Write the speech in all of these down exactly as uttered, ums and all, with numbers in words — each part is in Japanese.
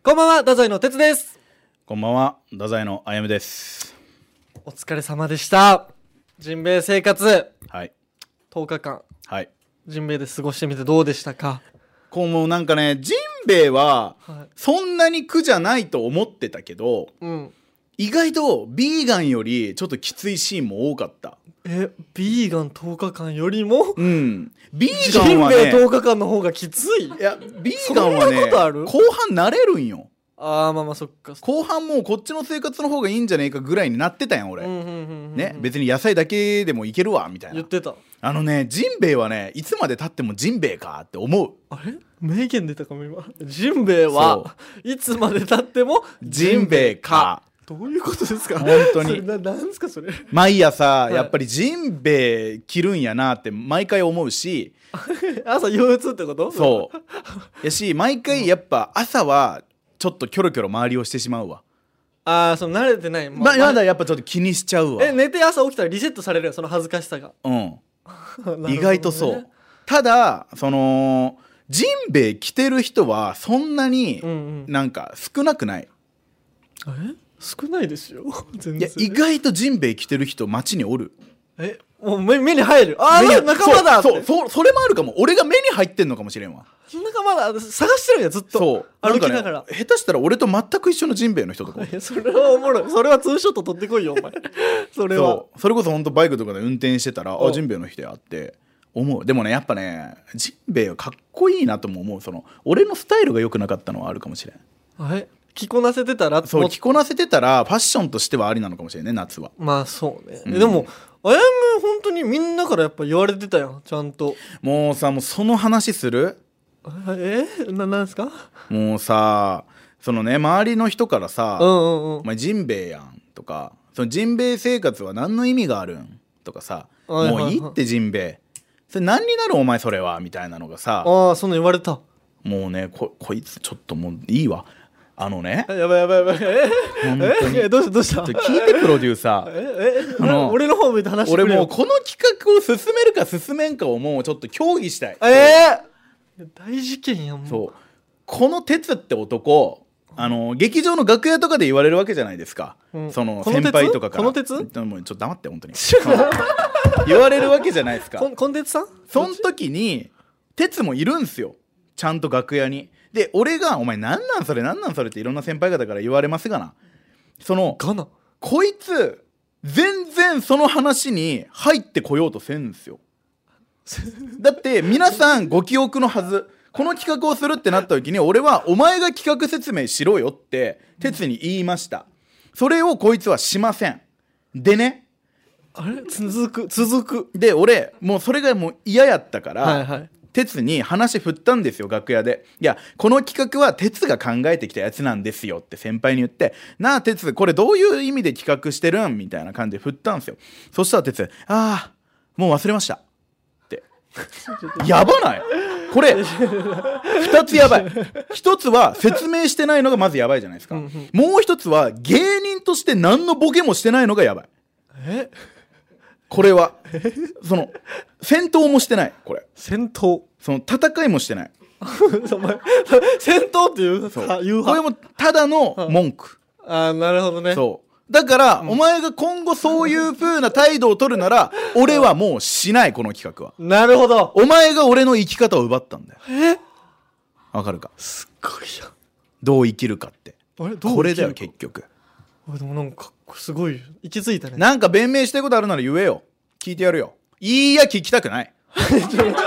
こんばんは、太宰の哲です。 こんばんは、太宰のあやむです。 お疲れ様でした。ジンベエ生活、 はい、 とおかかん、 はい、 ジンベエで過ごしてみてどうでしたか？ こうもうなんかね、ジンベエはそんなに苦じゃないと思ってたけど、 うん、 意外とビーガンよりちょっときついシーンも多かった。 え、ビーガンとおかかんよりも、 うん、ビーガンはね、 ジンベエとおかかんの方がきつい。 いや、ビーガンはね、 そんなことある？ 後半慣れるんよ。 あー、まあまあそっか。 後半もうこっちの生活の方がいいんじゃねえかぐらいになってたやん俺、 うんうんうんうんうん、 ね、別に野菜だけでもいけるわみたいな言ってた。 あのね、ジンベエはね、いつまで経ってもジンベエかって思う。 あれ名言出たかも今。ジンベエはいつまで経ってもジンベエか。 どういうことですか？ 本当に。 それな、なんすかそれ。 毎朝、 はい、 やっぱりジンベエ着るんやなって毎回思うし朝憂鬱ってこと？ そうやし、毎回やっぱ朝はちょっとキョロキョロ周りをしてしまうわ。 ああ、その慣れてない。 ままだやっぱちょっと気にしちゃうわ。 え、寝て朝起きたらリセットされるよ、その恥ずかしさが。 うんね、 意外とそう。ただそのジンベエ着てる人はそんなになんか少なくない、 うんうん、え少ないですよ全然。 いや意外とジンベエ着てる人街におる。 え、もう 目, 目に入る。ああ、仲間だって。 そうそう、それもあるかも。俺が目に入ってんのかもしれんわ。 仲間だ、探してるんやずっと。 そう歩きながら、 ね、下手したら俺と全く一緒のジンベエの人とかそれはおもろい。それはツーショット撮ってこいよお前それはそう、それこそ本当バイクとかで運転してたら、あ、ジンベエの人やって思う。でもね、やっぱね、ジンベエはかっこいいなとも思う。その俺のスタイルが良くなかったのはあるかもしれん。 え、着こなせてたら。 そう、着こなせてたらファッションとしてはありなのかもしれんね、夏は。 まあそうね、 うん、 でもあやむ本当にみんなからやっぱ言われてたやん、ちゃんと。 もうさ、もうその話する？ えな、なんすか？もうさ、そのね、周りの人からさ、 うんうんうん、 お前ジンベエやんとか、そのジンベエ生活は何の意味があるんとかさ、はいはいはい、もういいってジンベエそれ何になるお前それはみたいなのがさ、 ああ、そんな言われた。 もうね、 こ, こいつちょっともういいわ。あのね、 やばいやばいやばい、え本当にえ、どうしたどうした、 聞いてプロデューサーええ、あの俺の方向いて話してくれよ。 俺もうこの企画を進めるか進めんかをもうちょっと協議したい。 えー、大事件やん。もうそう、この哲って男、あの劇場の楽屋とかで言われるわけじゃないですか、うん、その先輩とかから。 この鉄？ もうちょっと黙って本当に言われるわけじゃないですか。 こん鉄さん？ その時に哲もいるんすよ、ちゃんと楽屋に。で俺がお前なんなんそれなんなんそれっていろんな先輩方から言われますがな、そのガナこいつ全然その話に入ってこようとせんすよだって皆さんご記憶のはず、この企画をするってなった時に俺はお前が企画説明しろよって哲に言いました。それをこいつはしません。でね、 あれ続く続くで俺もうそれがもう嫌やったから、 はいはい、 哲に話振ったんですよ、楽屋で。いや、この企画は哲が考えてきたやつなんですよって先輩に言って、なあ哲、これどういう意味で企画してるんみたいな感じで振ったんですよ。そしたら哲、ああもう忘れましたってやばない？これふたつやばい。ひとつは説明してないのがまずやばいじゃないですか、うんうん、もうひとつは芸人として何のボケもしてないのがやばい。 えこれはその戦闘もしてない。これ戦闘、 その戦いもしてないお前戦闘っていうそうこれもただの文句、 うん、ああなるほどね。 そうだから、うん、お前が今後そういう風な態度を取るなら俺はもうしない、この企画は。 なるほど、 お前が俺の生き方を奪ったんだよ。 えわかるか？ すっごいやん、 どう生きるかって。 あれどうこれだよ結局。 でもなんかすごい行き着いたね。 なんか弁明したいことあるなら言えよ、聞いてやるよ。いいや聞きたくないちょっとちょっと待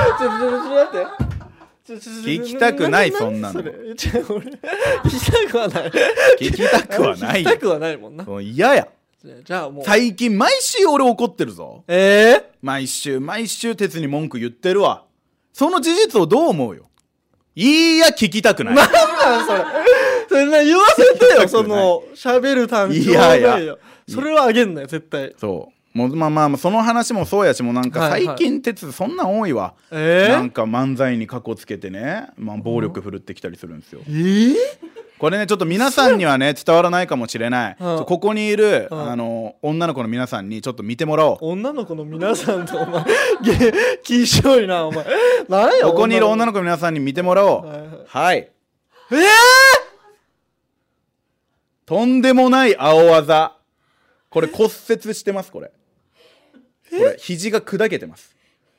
って聞きたくない、そんなの。 聞きたくはない聞きたくはない聞きたくはないもんな。 嫌や。 じゃあもう最近毎週俺怒ってるぞ。 えー、 毎週毎週哲に文句言ってるわ。その事実をどう思うよ。いいや聞きたくない。 なんなんそれそれな、言わせてよその喋る単調。いやいやそれはあげんなよ絶対。 そうもうまあまあその話もそうやし、もうなんか最近哲そんなん多いわ、はいはい、なんか漫才に過去つけてね、まあ、暴力振るってきたりするんですよ。 えー、 これねちょっと皆さんにはね伝わらないかもしれない、うん、ここにいる、うん、あの女の子の皆さんにちょっと見てもらおう。 女の子の皆さんとお前気象いなお前何や。 ここにいる女の子の皆さんに見てもらおう。はい、はい、 えーとんでもない青技。これ骨折してます。これこれ肘が砕けてます。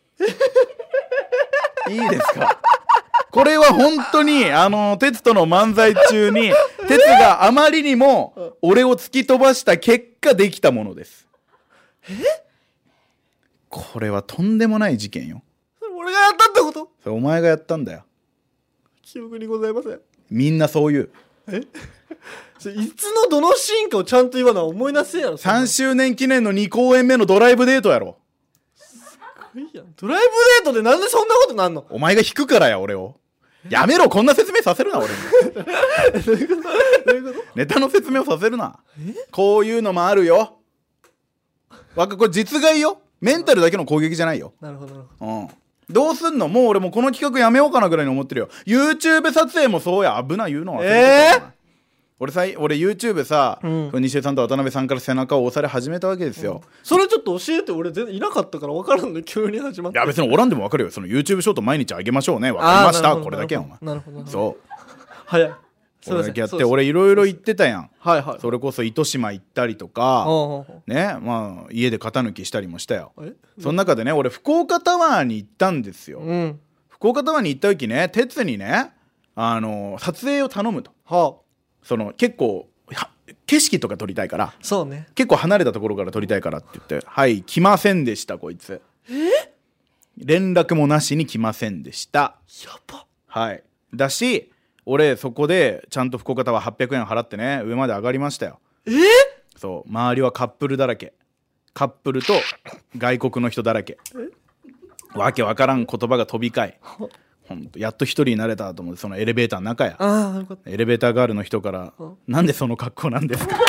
いいですか。これは本当にあの哲との漫才中に哲があまりにも俺を突き飛ばした結果できたものです。 え？ これはとんでもない事件よ。 俺がやったってこと？ それお前がやったんだよ。 記憶にございません。 みんなそう言う。 え？それいつのどのシーンかをちゃんと言わな思い出せやろ。 さんしゅうねん記念のに公演目のドライブデートやろ。 すごいやん。ドライブデートでなんでそんなことなんの？ お前が引くからや。俺をやめろ。こんな説明させるな俺に。 どういうこと？どういうこと？ ネタの説明をさせるな。こういうのもあるよ。わかこれ実害よ。メンタルだけの攻撃じゃないよ。 なるほどなるほど、うん、どうすんの？もう俺もこの企画やめようかなぐらいに思ってるよ。 YouTube 撮影もそうや。危ない言うのは忘れてた、えー、俺さ俺 YouTube さ、うん、西江さんと渡辺さんから背中を押され始めたわけですよ、うん、 それちょっと教えて。俺全然いなかったから分からんの。急に始まって。 いや別におらんでも分かるよ。その YouTube ショート毎日あげましょうね。分かりました。これだけやお前。 なるほど。 そう早い。 これだけやって俺いろいろ言ってたやん。 はいはい。 それこそ糸島行ったりとかね、まあ家で肩抜きしたりもしたよ。その中でね俺福岡タワーに行ったんですよ、うん、福岡タワーに行った時ね哲にねあの撮影を頼むと、はあ、その結構景色とか撮りたいから。 そうね。 結構離れたところから撮りたいからって言ってはい来ませんでした。こいつえ連絡もなしに来ませんでした。 やば。 はいだし俺そこでちゃんと福岡タワーはっぴゃくえん払ってね上まで上がりましたよ。 えそう周りはカップルだらけ。カップルと外国の人だらけ。わけわからん言葉が飛び交いほんとやっと一人になれたと思って。そのエレベーターの中や。 あよかった。 エレベーターガールの人からなんでその格好なんですか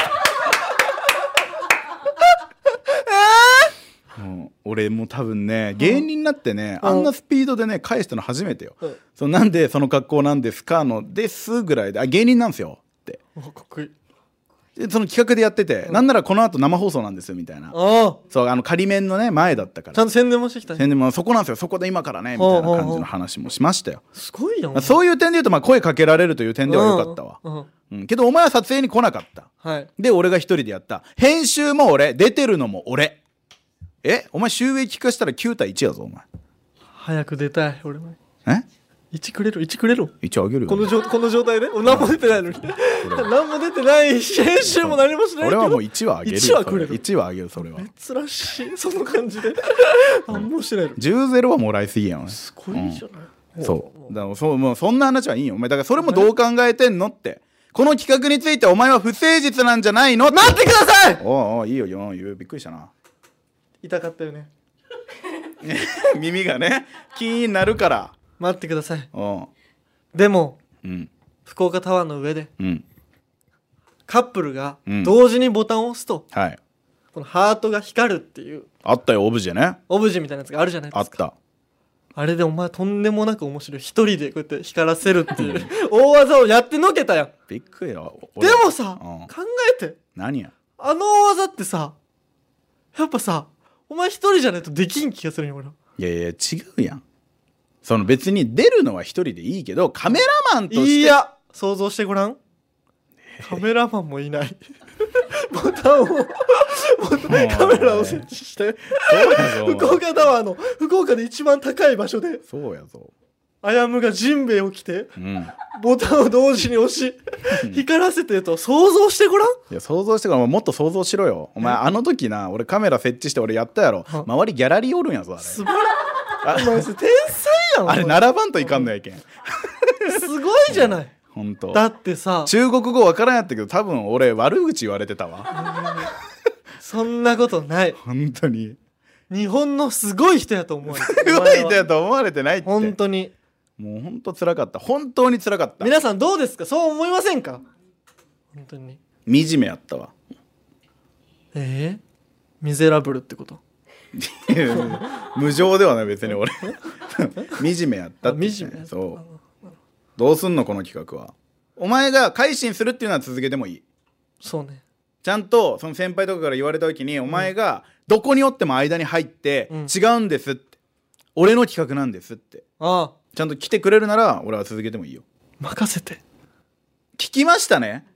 うん、俺もう多分ね芸人になってね、うん、あんなスピードでね返したの初めてよ、うん、そのなんでその格好なんですかのですぐらいであ芸人なんですよってかっこいい。 でその企画でやってて、うん、なんならこの後生放送なんですよみたいな。そうあの仮面のね前だったからちゃんと宣伝もしてきた、ね、 宣伝もそこなんですよ。そこで今からねみたいな感じの話もしましたよ。 すごいやん、 まあ、そういう点で言うとまあ声かけられるという点では良かったわ、うんうんうん、けどお前は撮影に来なかった、はい、で俺が一人でやった。編集も俺出てるのも俺。えお前収益化したらきゅうたいいちやぞお前。 早く出たい俺も。 えいちくれるいちくれるいちあげるよ。 この状この状態で何も出てないのに何も出てないし編集も何もしないけど俺はもういちはあげるよ。いちはくれる。いちはあげる。それは珍しいその感じで何もしてないの。 じゅうゼロはもらいすぎやん。 すごいじゃない、 うん、そうだからそ、もうそんな話はいいよお前。だからそれもどう考えてんのって。この企画についてお前は不誠実なんじゃないのって。 待ってください。 おうおういいよよびっくりしたな。 痛かったよね耳がねキーになるから。 待ってください。 おうでも、 うん、 福岡タワーの上で、うん、カップルが同時にボタンを押すと、うんはい、このハートが光るっていうあったよオブジェね。 オブジェみたいなやつがあるじゃないですか。 あった。 あれでお前とんでもなく面白い。一人でこうやって光らせるっていう大技をやってのけたやん。 びっくりよ。 でもさ、うん、考えて何やあの大技ってさやっぱさお前一人じゃないとできん気がするよ俺。 いやいや違うやん。その別に出るのは一人でいいけどカメラマンとして。 いや想像してごらん。カメラマンもいないボタンをカメラを設置して福岡タワーの福岡で一番高い場所でそうやぞあやむがジンベエを着て、うん、ボタンを同時に押し光らせてると想像してごらん。 いや想像してごらん。もっと想像しろよお前。あの時な俺カメラ設置して俺やったやろ。周りギャラリーおるんやぞあれ。 素晴らしい。お前天才やんあれ並ばんといかんのやけんすごいじゃない。 本当だってさ中国語わからんやったけど多分俺悪口言われてたわそんなことない。 本当に日本のすごい人やと思われてすごい人やと思われてないって。 本当にもう本当辛かった。本当に辛かった。 皆さんどうですか。そう思いませんか。本当に惨めやったわ。 えー、ミゼラブルってこと無情ではない別に俺惨めやったって、ね、惨めそうどうすんのこの企画は。お前が改心するっていうのは続けてもいい。 そうね。 ちゃんとその先輩とかから言われた時にお前がどこにおっても間に入って、うん、違うんですって俺の企画なんですってああちゃんと来てくれるなら俺は続けてもいいよ。 任せて。 聞きましたね。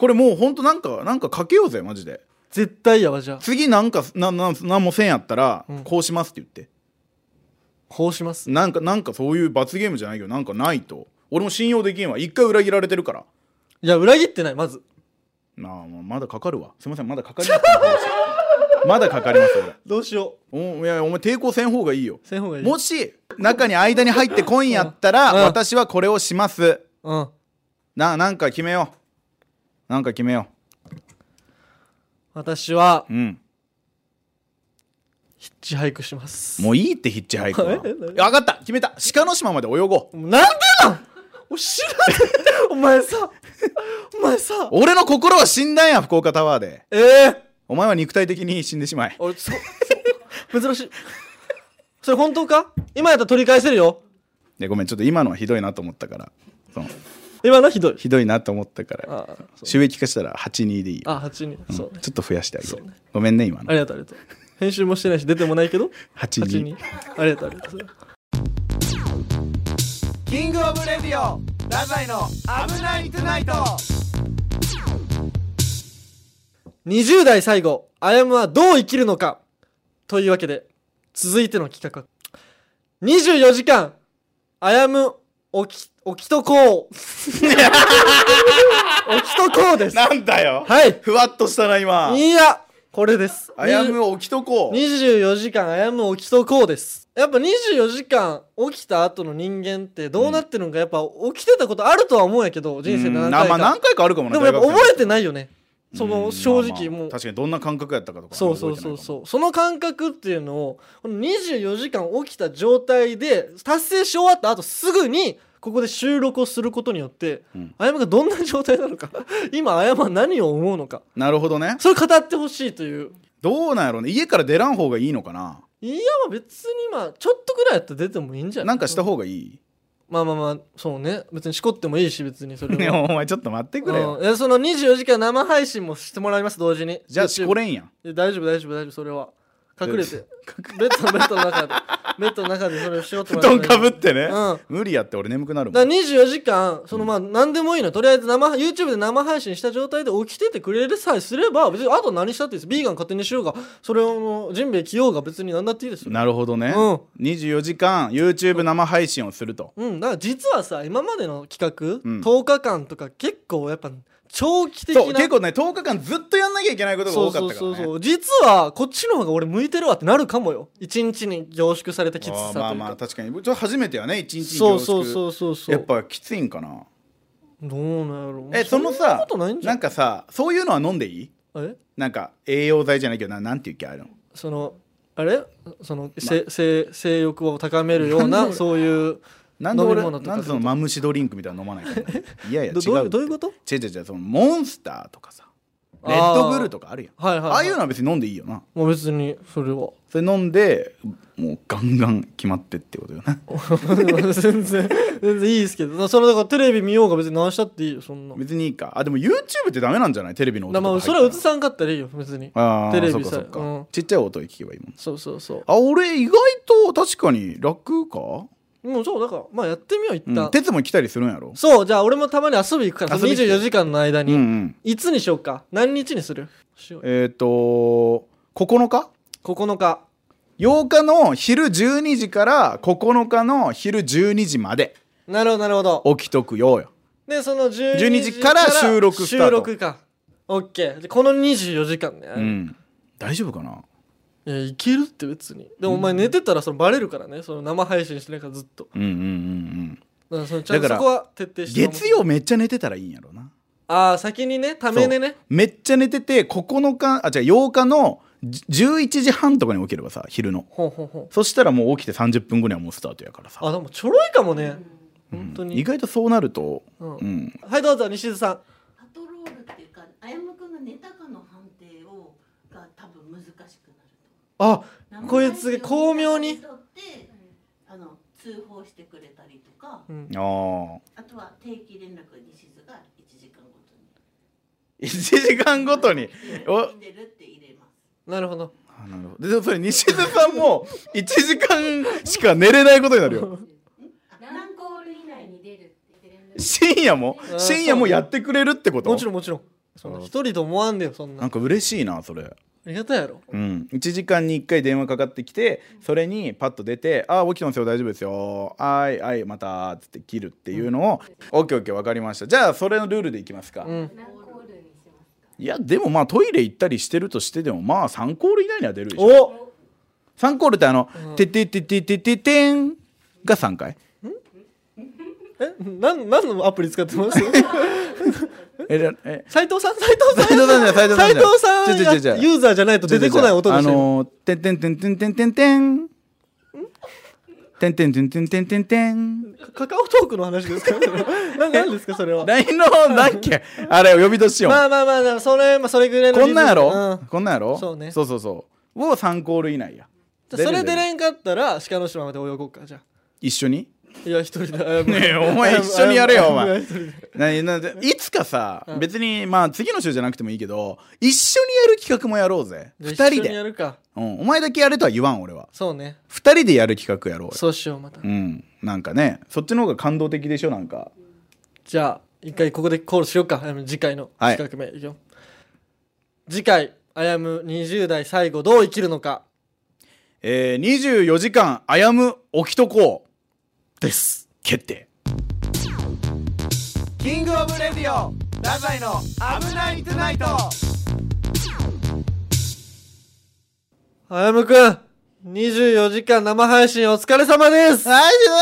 これもうほんとなんかなんかかけようぜマジで。 絶対やわ。じゃあ次なんかなななんもせんやったら、 うんこうしますって言って。 こうします。 なんかなんかそういう罰ゲームじゃないけどなんかないと俺も信用できんわ。一回裏切られてるから。 いや裏切ってない。まずなあもうまだかかるわ。すいませんまだかかりますまだかかります俺。 どうしよおいやお前抵抗せん方がいいよ。 う。せん方がいい。 もし中に間に入ってこいんやったら、 うんうん私はこれをします。 うんななんか決めよう。なんか決めよ私はう。うんヒッチハイクします。 もういいってヒッチハイクは。 え分かった決めた。鹿の島まで泳ごう。 なんでなんお知らんお前さお前さ俺の心は死んだんや福岡タワーで。 ええー、 お前は肉体的に死んでしまい。 俺そそ珍しい。それ本当か？今やったら取り返せるよ。 でごめんちょっと今のはひどいなと思ったからその今のひどい。 ひどいなと思ったからああ収益化したらはちにでいいよ。 あはちにん、 うんそうね。 ちょっと増やしてあげる、 ね、 ごめんね今の。 ありがとうありがとう。編集もしてないし出てもないけどはちににありがとうありがとう。 キングオブレディオラザイの危ないトゥナイト。 にじゅう代最後あやむはどう生きるのかというわけで続いての企画はにじゅうよじかんあやむ起き起きとこう起きとこうです。 なんだよはいふわっとしたな今。 いやこれです。 あやむ起きとこう。 にじゅうよじかんあやむ起きとこうです。やっぱにじゅうよじかん起きた後の人間ってどうなってるのか、やっぱ起きてたことあるとは思うんやけど人生で何回か、 まあ何回かあるかもな。 でもやっぱ覚えていないよね。その正直もう、 確かにどんな感覚やったかとかそうそうそうそうその感覚っていうのをこのにじゅうよじかん起きた状態で達成し終わった後すぐにここで収録をすることによって、うん、あやむがどんな状態なのか今あやむは何を思うのか。 なるほどね。 それ語ってほしいという。 どうなんやろうね。家から出らん方がいいのかな。 いやまあ別にまあちょっとぐらいやったら出てもいいんじゃない。 なんかした方がいい。 まあまあまあそうね。別にしこってもいいし別にそれは。 お前ちょっと待ってくれよ、 うん、いやそのにじゅうよじかん生配信もしてもらいます同時に。 じゃあしこれんやん。 大丈夫大丈夫大丈夫。それは隠れてベッドのベッドの中でベッドの中でそれをしようと思布団かぶってね、 うん、 無理やって俺眠くなるもん。 だからにじゅうよじかんそのまあ何でもいいの。とりあえず生 YouTube で生配信した状態で起きててくれるさえすれば別にあと何したっていいです。ビーガン勝手にしようがそれをジンベエ着ようが別に何だっていいですよ。 なるほどね、 うん、 にじゅうよじかん YouTube 生配信をすると。 うんだから実はさ今までの企画、 うん、 とおかかんとか結構やっぱ長期的な。 そう結構ねとおかかんずっとやんなきゃいけないことが多かったからね。 そうそうそうそう実はこっちの方が俺向いてるわってなるかもよ。いちにちに凝縮されたきつさというか。 まあまあ確かにちょっと初めてやねいちにちにそう凝縮。 そうそうそうそうやっぱきついんかな。 どうなんやろう。 えそのさそんなことないんじゃなんかさそういうのは飲んでいい？ えなんか栄養剤じゃないけどななんていうっけあるのそのあれその、ま、性, 性, 性欲を高めるようなそういうなんで俺なんでそのマムシドリンクみたいなの飲まないかいやいや違うど, どういうこと？ 違う違う違うそのモンスターとかさレッドブルとかあるやん。あ,、はいはいはい、ああいうのは別に飲んでいいよな。 もう別にそれはそれ飲んでもうガンガン決まってってことよな全然全然いいですけどそれだからテレビ見ようが別に何したっていいよそんな。 別にいいか。あでも YouTube ってダメなんじゃない？テレビの音とか入ったら。 まあそれは映さんかったらいいよ別に。 あテレビそっかそっか、 うん、 ちっちゃい音で聞けばいいもん。 そうそうそう。 あ俺意外と確かに楽か。 もうそうだからまあやってみよう一旦。 うん、鉄も来たりするんやろ。 そうじゃあ俺もたまに遊び行くからにじゅうよじかんの間に、 うんうん、 いつにしようか。何日にする？ えっ、ー、とここのかここのかようかの昼じゅうにじからここのかの昼じゅうにじまで。 なるほどなるほど。 起きとくようよ。 でそのじゅうにじから収録スタート。 収録か。オッケー。このにじゅうよじかんね、 うん、大丈夫かな。 いやいけるって別に。でもお前寝てたらそのバレるからね。その生配信してないからずっと。 うんうんうんうんだからそのちゃんとそこは徹底して月曜めっちゃ寝てたらいいんやろな。 ああ先にねため寝ね。 めっちゃ寝ててここのかあじゃあようかのじゅういちじはんとかに起きればさ昼のほうほうほう。 そしたらもう起きてさんじゅっぷんごにはもうスタートやからさ。 あでもちょろいかもね、うん、本当に意外とそうなると、 うんうん、 はいどうぞ西津さん。 パトロールっていうかあやむくんが寝たかの判定をが多分難しくなると。あこいつが巧妙にあの通報してくれたりとか、 うん、あ, あとは定期連絡西津がいちじかんごとにいちじかんごとにおなるほど。 あなるほど。でそれ西津さんもいちじかんしか寝れないことになるよ何コール以内に出るって深夜も深夜もやってくれるってこと？ もちろんもちろん。 そんな一人と思わんでよそんな。 なんか嬉しいなそれ。 ありがたいやろ。 うん、いちじかんにいっかい電話かかってきてそれにパッと出て「あ起きてますよ大丈夫ですよはいはいまた」っつって切るっていうのを「オッケーオッケー分かりましたじゃあそれのルールでいきますか」 うん、 いやでもまあトイレ行ったりしてるとしてでもまあさんコール以内には出るでしょ。 おさんコールってあのうん 「てててててててん」がさんかい。 えなん何のアプリ使ってますええ斉藤さん斉藤さん斉藤さんじゃない斉藤さん斉じゃない藤さんちょちょちょちょやユーザーじゃないと出てこない音であしたよ。 のー「てんてんてんてんてんてんてん」てんてんてんてんてんてんてんカカオトークの話ですかな何ですかそれは。 ライン のなんっけあれ呼び出しよう。 まあまあまあまあそれまあそれぐらいのこんなんやろ、 うんこんなんやろそうねそうそうそうをさんコール以内や。 じゃあそれ出出るれんかったら鹿の島まで泳ごうかじゃあ。 一緒にいや一人でねえお前一緒にやれよお前一人でななでいつかさ、 うん別にまあ次の週じゃなくてもいいけど一緒にやる企画もやろうぜじゃあ一緒にふたりで、 やるか。 うん、お前だけやれとは言わん俺はそうねふたりでやる企画やろうよ。 そうしようまた。 うんなんかねそっちの方が感動的でしょなんか。 じゃあ一回ここでコールしようか。あの次回のはい企画名いくよ。次回あやむにじゅう代最後どう生きるのかえー、にじゅうよじかんあやむ起きとこうです決定。キングオブレディオ太宰の危ないトゥナイト。 あやむくんにじゅうよじかん生配信お疲れ様です。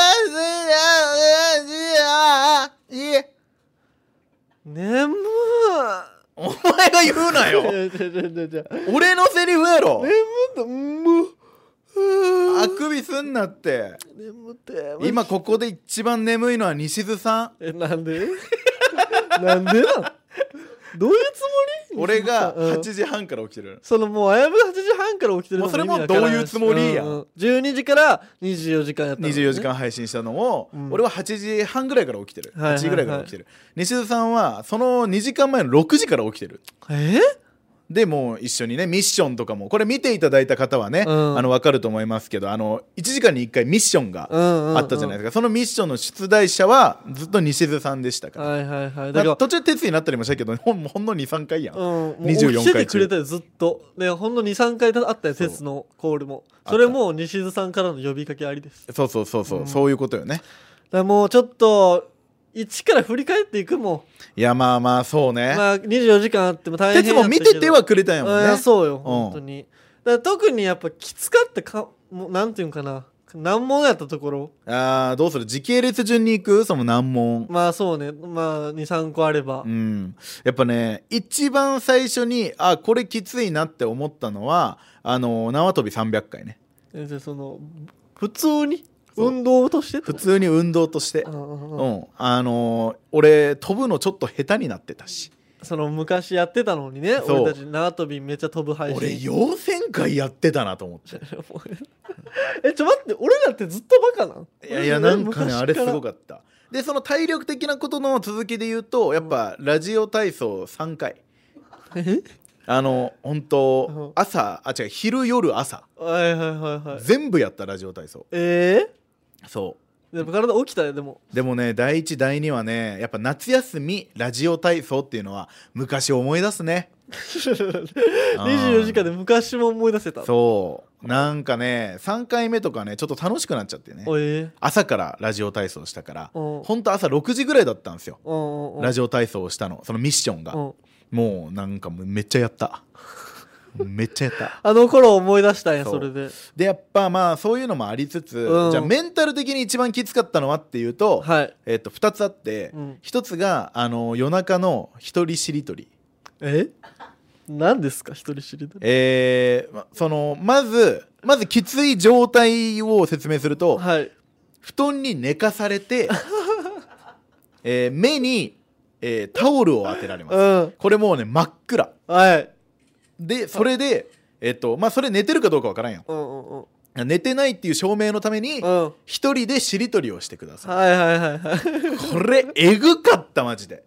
眠お前が言うなよい。じゃじゃじゃじゃ俺のセリフやろ。 眠ったもうあくびすんなって眠って今ここで一番眠いのは西津さん。 えなんでなんでなんどういうつもり。 俺がうんはちじはんから起きてる。 そのもうあやむがはちじはんから起きてるのもうそれも意味わからんしどういうつもりやんうんうんじゅうにじからにじゅうよじかんやったのねにじゅうよじかん配信したのを、 うん俺ははちじはんぐらいから起きてる、 はいはいはいはちじぐらいから起きてる。西津さんはそのにじかんまえのろくじから起きてる。 えでもう一緒にねミッションとかもこれ見ていただいた方はね、 うんあの分かると思いますけどあのいちじかんにいっかいミッションがああったじゃないですか、そのミッションの出題者はずっと西津さんでしたから、 はいはいはいだだけど途中鉄になったりもしたけどほんほんのにさんかいやん、 うん、もうにじゅうよんかい起きててくれたよずっとでほんのにさんかいあったよそう鉄のコールもあったそれも西津さんからの呼びかけありですだかそうそうそうそう、 うんそういうことよね。 らもうちょっと一から振り返っていくもいやまあまあそうね、 んまあにじゅうよじかんあっても大変鉄もやったけど見ててはくれたんやもんいやね。 そうよ本当にだから特にやっぱきつかったかもうなんていうんかな難問やったところあーどうする時系列順に行くその難問。 まあそうねまあにさんこあれば、 うん、やっぱね一番最初にあこれきついなって思ったのはあの縄跳びさんびゃっかいね。 えじゃあその普通に運動として普通に運動として、 うんうんううんん、あのー俺飛ぶのちょっと下手になってたし、 その昔やってたのにねそう俺たち縄跳びめっちゃ飛ぶ配信俺妖仙会やってたなと思ってえちょ待って俺らってずっとバカなんいやいやなんかねあれすごっかった。でその体力的なことの続きで言うとやっぱラジオ体操さんかいたえあの本うん当朝あ違う昼夜朝はいはいはいはい全部やったラジオ体操。 えそー、でも体起きたよでもうでもねだいいちだいにはねやっぱ夏休みラジオ体操っていうのは昔思い出すね。 にじゅうよじかんで昔も思い出せたそうなんかねさんかいめとかねちょっと楽しくなっちゃってねおえ朝からラジオ体操したからうんほんと朝ろくじぐらいだったんですよ。 うんうんラジオ体操をしたのそのミッションがうんもうなんかもうめっちゃやっためっちゃやったあの頃思い出したんやそそうれででやっぱまあそういうのもありつつ、 うんじゃあメンタル的に一番きつかったのはっていうと、 はいえっとふたつあって、 うんひとつがあの夜中の一人しりとり。 え何ですか一人知りでえーまそのまずまずきつい状態を説明すると、 はい布団に寝かされて、えー目に、えータオルを当てられます。 うんこれもうね真っ暗はいでそれでえっとまあそれ寝てるかどうかわからんやん。 うんうんうん寝てないっていう証明のためにうん一人でしりとりをしてくださはいはいはいはいい。これえぐかったマジで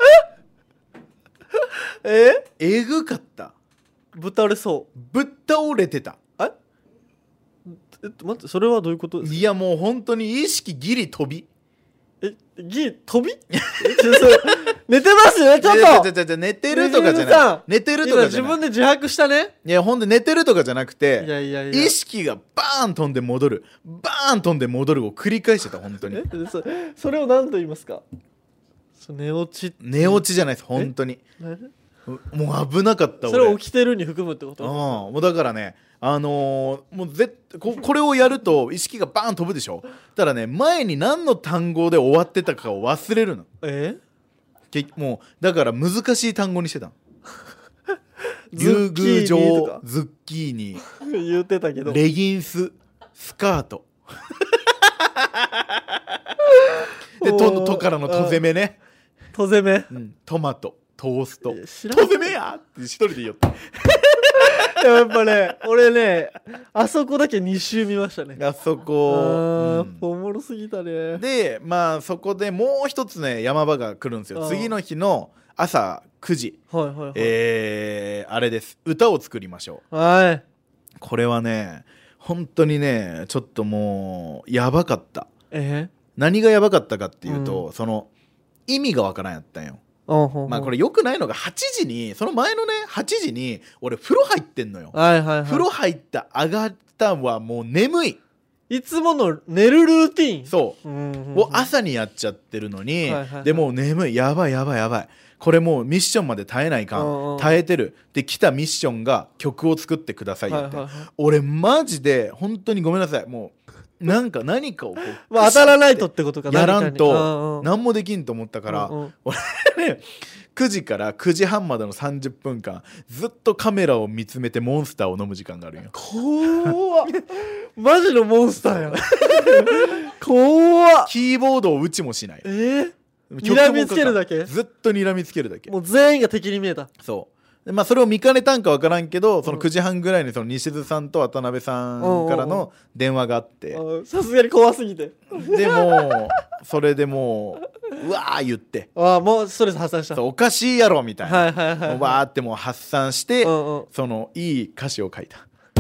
ええぐかった。 ぶっ倒れそぶっ倒れてた。 うえっと待ってそれはどういうことですかいやもう本当に意識ギリ飛び。 えギー飛びえちょっと寝てますよちょっといやいやいやいや寝てるとかじゃない寝てるとかじゃない今自分で自白したね。 いやほんで寝てるとかじゃなくていやいやいや意識がバーン飛んで戻るバーン飛んで戻るを繰り返してた本当にえそそれを何と言いますか。そ寝落ち寝落ちじゃないです本当に何もう危なかったそ俺れを起きてるに含むってこうんと。 もうだからねあのー、もうぜここれをやると意識がバーン飛ぶでしょ。ただね前に何の単語で終わってたかを忘れるの。 えけもうだから難しい単語にしてたの。 ズッキーニと竜宮か城ズッキーニ言ってたけどレギンススカートでととからのとぜめね、 とぜめうん、トマトトーストいや知らんとぜめやって一人で言ったやっぱね俺ねあそこだけに周見ましたね。 あそあこ、 ーうんおもろすぎたね。 でまあそこでもう一つね山場が来るんですよ。 あー次の日の朝くじ、 はいはいはい、 えー、あれです歌を作りましょう。 はいこれはね本当にねちょっともうやばかった。 え何がやばかったかっていうと、 うその意味がわからんやったんよ。 あほんほんまあこれ良くないのがはちじにその前のねはちじに俺風呂入ってんのよ。 はいはいはい。 風呂入った上がったはもう眠いいつもの寝るルーティンそううんうんうんを朝にやっちゃってるのに、 はいはいはいでもう眠いやばいやばいやばいこれもうミッションまで耐えないかうんうんん耐えてるで来たミッションが曲を作ってくださいよって、 はいはいはい俺マジで本当にごめんなさいもうなんか何かをこうまあ当たらないとってことかやらん何かにとうんうん何もできんと思ったから、 うんうん俺ねくじからくじはんまでのさんじゅっぷんかんずっとカメラを見つめてモンスターを飲む時間があるんよ。 怖っマジのモンスターやん怖っキーボードを打ちもしない。 えー、 曲も睨みつけるだけずっと睨みつけるだけ。 もう全員が敵に見えた。 そうでまあそれを見かねたんかわからんけどそのうんくじはんぐらいにその西津さんと渡辺さんからの電話があってあさすがに怖すぎてでもうそれでもううわー言ってああもうストレス発散したそうおかしいやろみたいな、 はいはいはい、 もうわーってもう発散して、 うんうんそのいい歌詞を書いた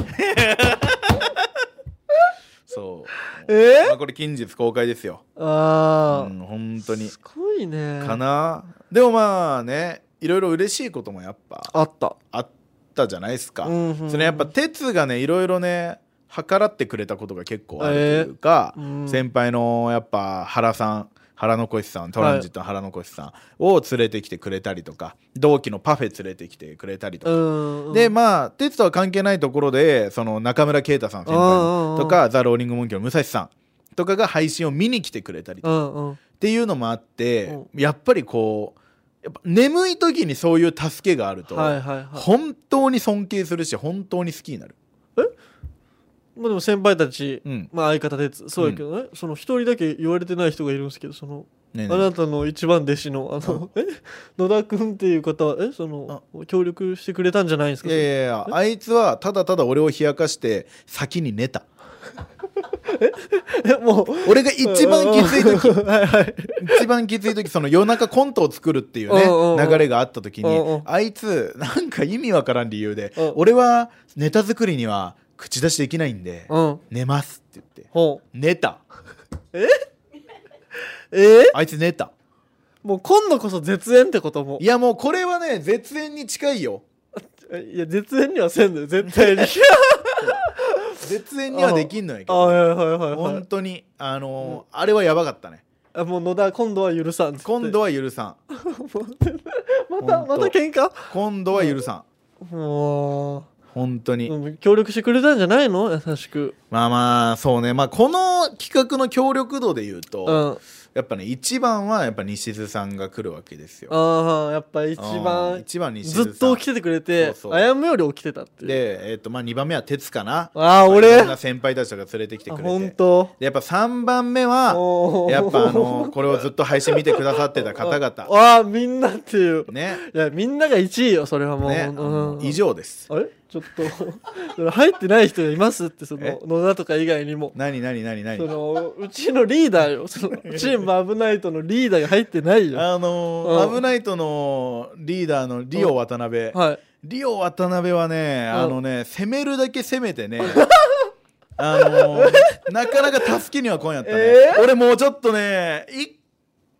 そうえーまあ、これ近日公開ですよ。 ああ、 うん本当にすごいねかな。でもまあねいろいろ嬉しいこともやっぱあったあったじゃないですか、 うんうんうんそれやっぱ哲がねいろいろね計らってくれたことが結構あるというか、 えーうん先輩のやっぱ原さん原残さんトランジットの原残さんを連れてきてくれたりとか、同期のパフェ連れてきてくれたりとか、 うんうんでまあ哲とは関係ないところでその中村啓太さん先輩のとかザ・ローリング・モンキーの武蔵さんとかが配信を見に来てくれたりとかうんうんっていうのもあって、やっぱりこうやっぱ眠い時にそういう助けがあると、 はいはいはい本当に尊敬するし本当に好きになる。 まあでも先輩たち、 うんまあ相方でそうやけどね、その一人だけ言われてない人がいるんですけどそのねえねえあなたの一番弟子のあのえ野田君っていう方はえその協力してくれたんじゃないんですか。 いやいやいやあいつはただただ俺を冷やかして先に寝た。 えもう俺が一番きつい時はいはい一番きつい時その夜中コントを作るっていううんうんうんね流れがあった時にうんうんあいつなんか意味わからん理由でうん俺はネタ作りには口出しできないんでうん寝ますって言ってほう寝た。 えー、 あいつ寝た。 もう今度こそ絶縁ってこともいやもうこれはね絶縁に近いよ。 いや絶縁にはせんのよ絶対に絶縁にはできんのやけあどはいはいはいはい本当にあのーあれはやばかったね。 あもう野田今度は許さんっつって今度は許さんまたまた喧嘩今度は許さんも本当に、 う、うん、協力してくれたんじゃないの優しくまあまあそうねまあこの企画の協力度で言うと、 うんやっぱね一番はやっぱ西津さんが来るわけですよ。 ああやっぱ一うん番一番西津さんずっと起きててくれてそうそうあやむより起きてたっていうで、えーとまあ、にばんめは哲かな。 ああいろ俺んな先輩たちが連れてきてあくれて本当でやっぱさんばんめはおーやっぱあのこれをずっと配信見てくださってた方々 ああみんなっていうねいやみんながいちいよそれはもう、 ね、 うん以上です。 あれちょっと入ってない人がいますってそえの野田とか以外にも何何何何そのうちのリーダーよそのチームアブナイトのリーダーが入ってないよあのーうんアブナイトのリーダーのリオ渡辺、 はいリオ渡辺はね、 うんあのね攻めるだけ攻めてねあのーなかなか助けには来んやったね、 えー俺もうちょっとね一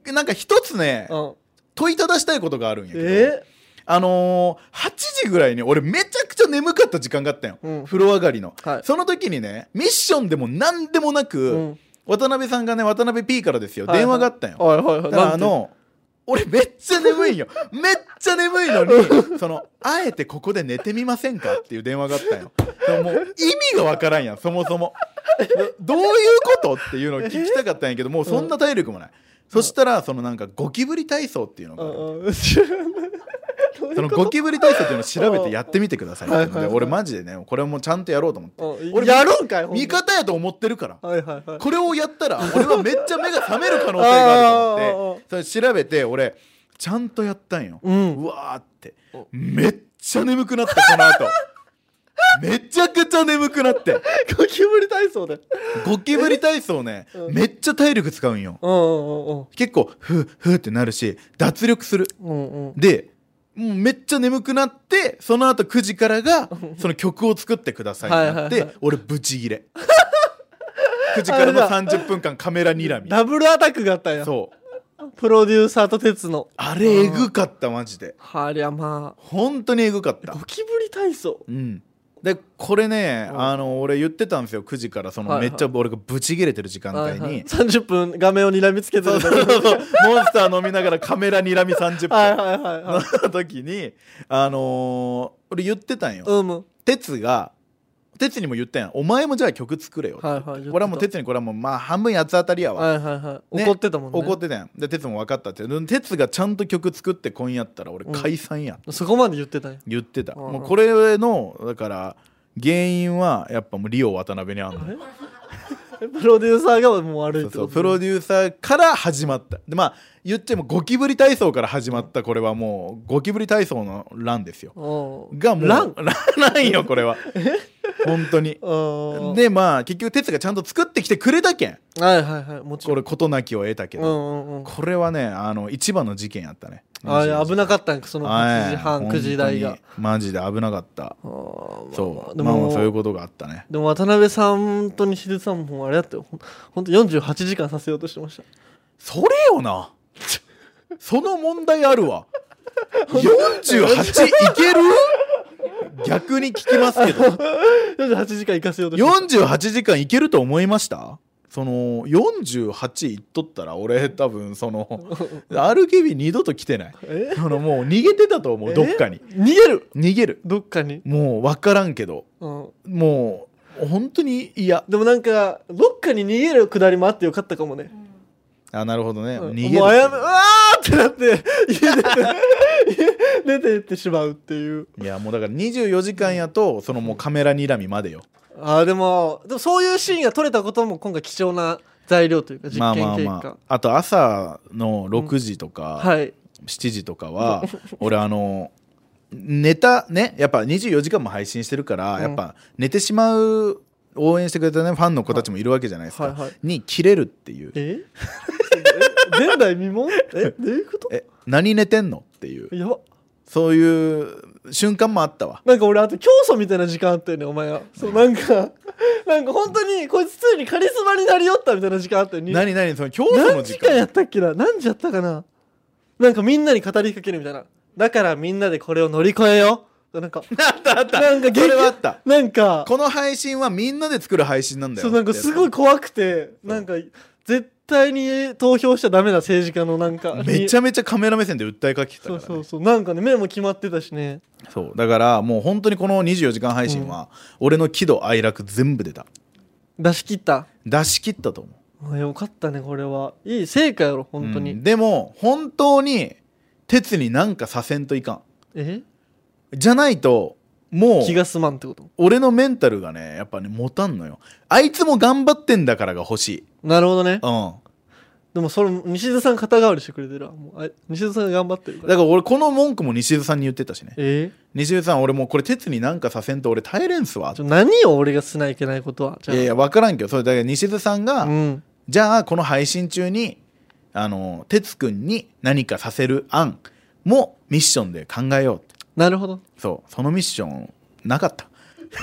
なんか一つねうん問いただしたいことがあるんやけど、 えあのー、はちじぐらいに俺めちゃくちゃ眠かった時間があったよ、 うん、 風呂上がりの、 はい、 その時にねミッションでも何でもなく、うん、渡辺さんがね渡辺 P からですよ、はいはい、電話があったよ、はいはいはい、だからあの俺めっちゃ眠いよめっちゃ眠いのにそのあえてここで寝てみませんかっていう電話があったよ。もう意味がわからんやんそもそもどういうことっていうのを聞きたかったんやけどもうそんな体力もない、うん、そしたらそのなんかゴキブリ体操っていうのがある、うん、そのゴキブリ体操っていうのを調べてやってみてくださいっていうので俺マジでねこれもちゃんとやろうと思って俺やるんかい味方やと思ってるから、 はいはいはい、 これをやったら俺はめっちゃ目が覚める可能性があると思ってそれ調べて俺ちゃんとやったんよ、うん、うわーってめっちゃ眠くなったこの後めちゃくちゃ眠くなってゴキブリ体操でゴキブリ体操ね、うん、めっちゃ体力使うんよ、うんうんうん、結構ふーふーってなるし脱力する、うんうん、でもうめっちゃ眠くなってその後くじからがその曲を作ってくださいになってはいはい、はい、俺ブチギレくじからのさんじゅっぷんかんカメラにらみダブルアタックがあったんや。そうプロデューサーと鉄のあれエグかったマジではりゃまあ本当にエグかったゴキブリ体操うんでこれね、うん、あの俺言ってたんですよくじからその、はいはい、めっちゃ俺がブチ切れてる時間帯に、はいはい、 さんじゅっぷん画面を睨みつけてるそうそうそうモンスター飲みながらカメラ睨みさんじゅっぷんはいはいはい、はい、の時にあのー、俺言ってたんよ、うん、鉄が鉄にも言ったやんお前もじゃあ曲作れよ、はいはい、俺はもう鉄にこれはもうまあ半分八つ当たりやわ、はいはいはい、 ね、怒ってたもんね怒ってたやんで鉄も分かったって鉄がちゃんと曲作ってこんやったら俺解散や、 うん、そこまで言ってたんや言ってた、うん、もうこれのだから原因はやっぱもうリオ渡辺にあんのプロデューサーがもう悪いってこと、 そうそうプロデューサーから始まったでまあ言ってもゴキブリ体操から始まったこれはもうゴキブリ体操の乱ですよがもう乱乱よこれは本当にでまあ結局哲がちゃんと作ってきてくれたけんはいはいはいもちろんこれ事なきを得たけど、うんうんうん、これはねあの一番の事件やったねあいや危なかったんかそのはちじはんくじ台がマジで危なかったそうでも、まあ、そういうことがあったねでも渡辺さんと西出さんもあれだってほんとよんじゅうはちじかんさせようとしてましたそれよなその問題あるわよんじゅうはちいける逆に聞きますけどよんじゅうはちじかんいかせようとしてよんじゅうはちじかんいけると思いましたそのよんじゅうはちいっとったら俺多分その アールケービー 二度と来てないそのもう逃げてたと思うどっかに逃げる逃げるどっかにもう分からんけど、うん、もう本当に嫌でもなんかどっかに逃げるくだりもあってよかったかもね、 うん、あなるほどね、 うん、 逃げるもうあやめうわーってなって家出て出てってしまうっていういやもうだからにじゅうよじかんやとそのもうカメラにらみまでよあでもでもそういうシーンが撮れたことも今回貴重な材料というか実験結果、まあまあまあ、 あと朝のろくじとか、うんはい、しちじとかは俺あの寝たねやっぱにじゅうよじかんも配信してるから、うん、やっぱ寝てしまう応援してくれたねファンの子たちもいるわけじゃないですか、はいはいはい、に切れるっていうえ前代未聞えどういうことえ何寝てんのっていうやばそういう瞬間もあったわなんか俺あと教祖みたいな時間あったよねお前はそうなんかなんか本当にこいつついにカリスマになりよったみたいな時間あったよね何何その教祖の時間何時間やったっけな何時やったかななんかみんなに語りかけるみたいなだからみんなでこれを乗り越えようなんかあったあったなんかそれはあったなんかこの配信はみんなで作る配信なんだよそうなんかすごい怖くてなんか絶対に投票しちゃダメな政治家のなんかめちゃめちゃカメラ目線で訴えかけてたから、ね、 そうそうそうなんかね目も決まってたしねそうだからもう本当にこのにじゅうよじかん配信は、うん、俺の喜怒哀楽全部出た出し切った出し切ったと思うあよかったねこれはいい成果やろ本当に、 うん、でも本当に鉄になんかさせんといかんえじゃないともう気が済まんってこと俺のメンタルがねやっぱね持たんのよあいつも頑張ってんだからが欲しいなるほどねうんでもそれ西津さん肩代わりしてくれてるわもうあ西津さんが頑張ってるからだから俺この文句も西津さんに言ってたしねえー、 西津さん俺もうこれ鉄になんかさせんと俺耐えれんすわちょ何よ俺がしないといけないことはじゃあいやいや分からんけどそれだから西津さんが、うん、じゃあこの配信中にあの鉄くんに何かさせる案もミッションで考えようってなるほどそうそのミッションなかった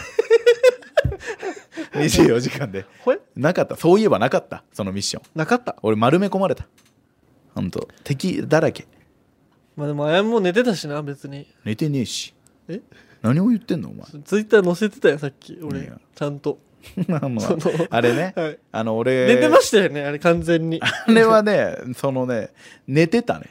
にじゅうよじかんでなかったそういえばなかったそのミッションなかった俺丸め込まれたほんと敵だらけ。 まあでもあやむも寝てたしな別に。 寝てねえし。 え何を言ってんのお前。 ツイッター載せてたよさっき俺いやちゃんと。 あのそのあれね、 はい、 あの俺寝てましたよねあれ完全に。 あれはねそのね寝てたね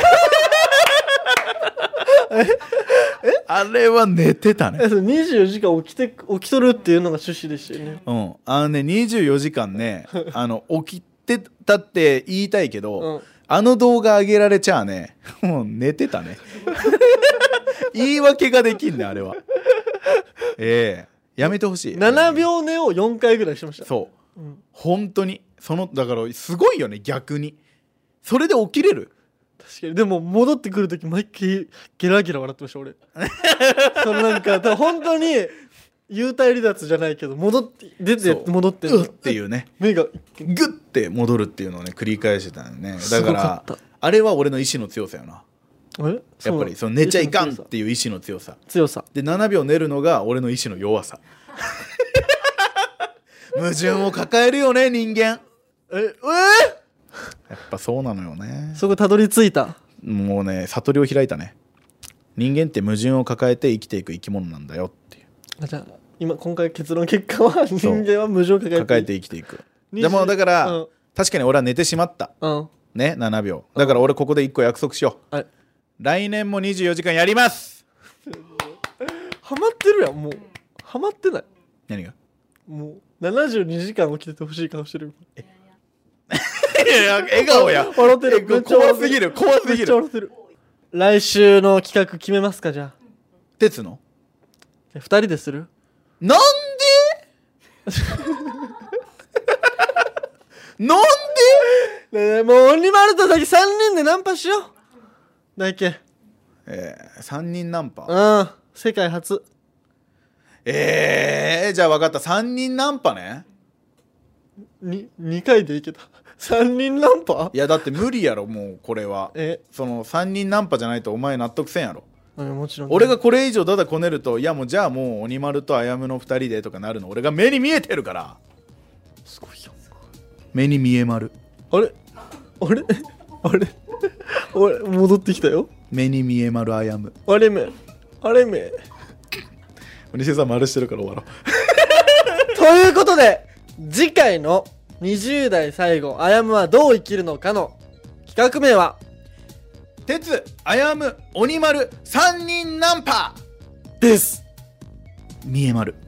あれは寝てたね。 にじゅうよじかん起きて起きとるっていうのが趣旨でしたよね。 うんあのねにじゅうよじかんねあの起きてたって言いたいけど、 うん、 あの動画上げられちゃあねもう寝てたね言い訳ができんねあれは。ええやめてほしい。 ななびょう寝をよんかいぐらいしました。 そう、 うん、 本当にそのだからすごいよね逆にそれで起きれる。 確かに。でも戻ってくるとき毎回ゲラゲラ笑ってました俺そのなんかだ本当に幽体離脱じゃないけど戻って出て戻ってうっっていうね目がグッて戻るっていうのをね繰り返してたよね。だすごかからった。 あれは俺の意志の強さよな。 あれやっぱりその寝ちゃいかんっていう意志の強さ強さでななびょう寝るのが俺の意志の弱さ矛盾を抱えるよね人間。 ええやっぱそうなのよね。 そこたどり着いた。 もうね悟りを開いたね。人間って矛盾を抱えて生きていく生き物なんだよっていう。 あじゃあ今今回結論結果は人間は矛盾を抱えて抱えて生きていく。 にじゅうでもだから、 うん確かに俺は寝てしまったうんねななびょうだから俺ここでいっこ約束しよう、 はい、 来年もにじゅうよじかんやります。 ハマってるやんもう。ハマってない。 何がもうななじゅうにじかん起きててほしい顔してる。 いやいや笑顔や笑ってる。 え怖すぎる怖すめっぎる。 ちゃ笑ってる。来週の企画決めますかじゃあ。 鉄のふたりでする。 なんでなんでねえもう鬼丸とだけさんにんでナンパしよう。大輝。 えー、さんにんナンパうん世界初。 えー、じゃあ分かったさんにんナンパね。 ににかいでいけたさんにんナンパ。 いやだって無理やろもうこれは。 えそのさんにんナンパじゃないとお前納得せんやろ。 うんもちろん。 俺がこれ以上だだこねるといやもうじゃあもう鬼丸とあやむのふたりでとかなるの俺が目に見えてるから。 すごいよ。 目に見えまる。 あれあれあれあれ戻ってきたよ。 目に見えまるあやむ。 あれめあれめ西江さん丸してるから終わろうということで次回のにじゅう代最後あやむはどう生きるのかの企画名は鉄あやむ鬼丸さんにんナンパです。 見えまる。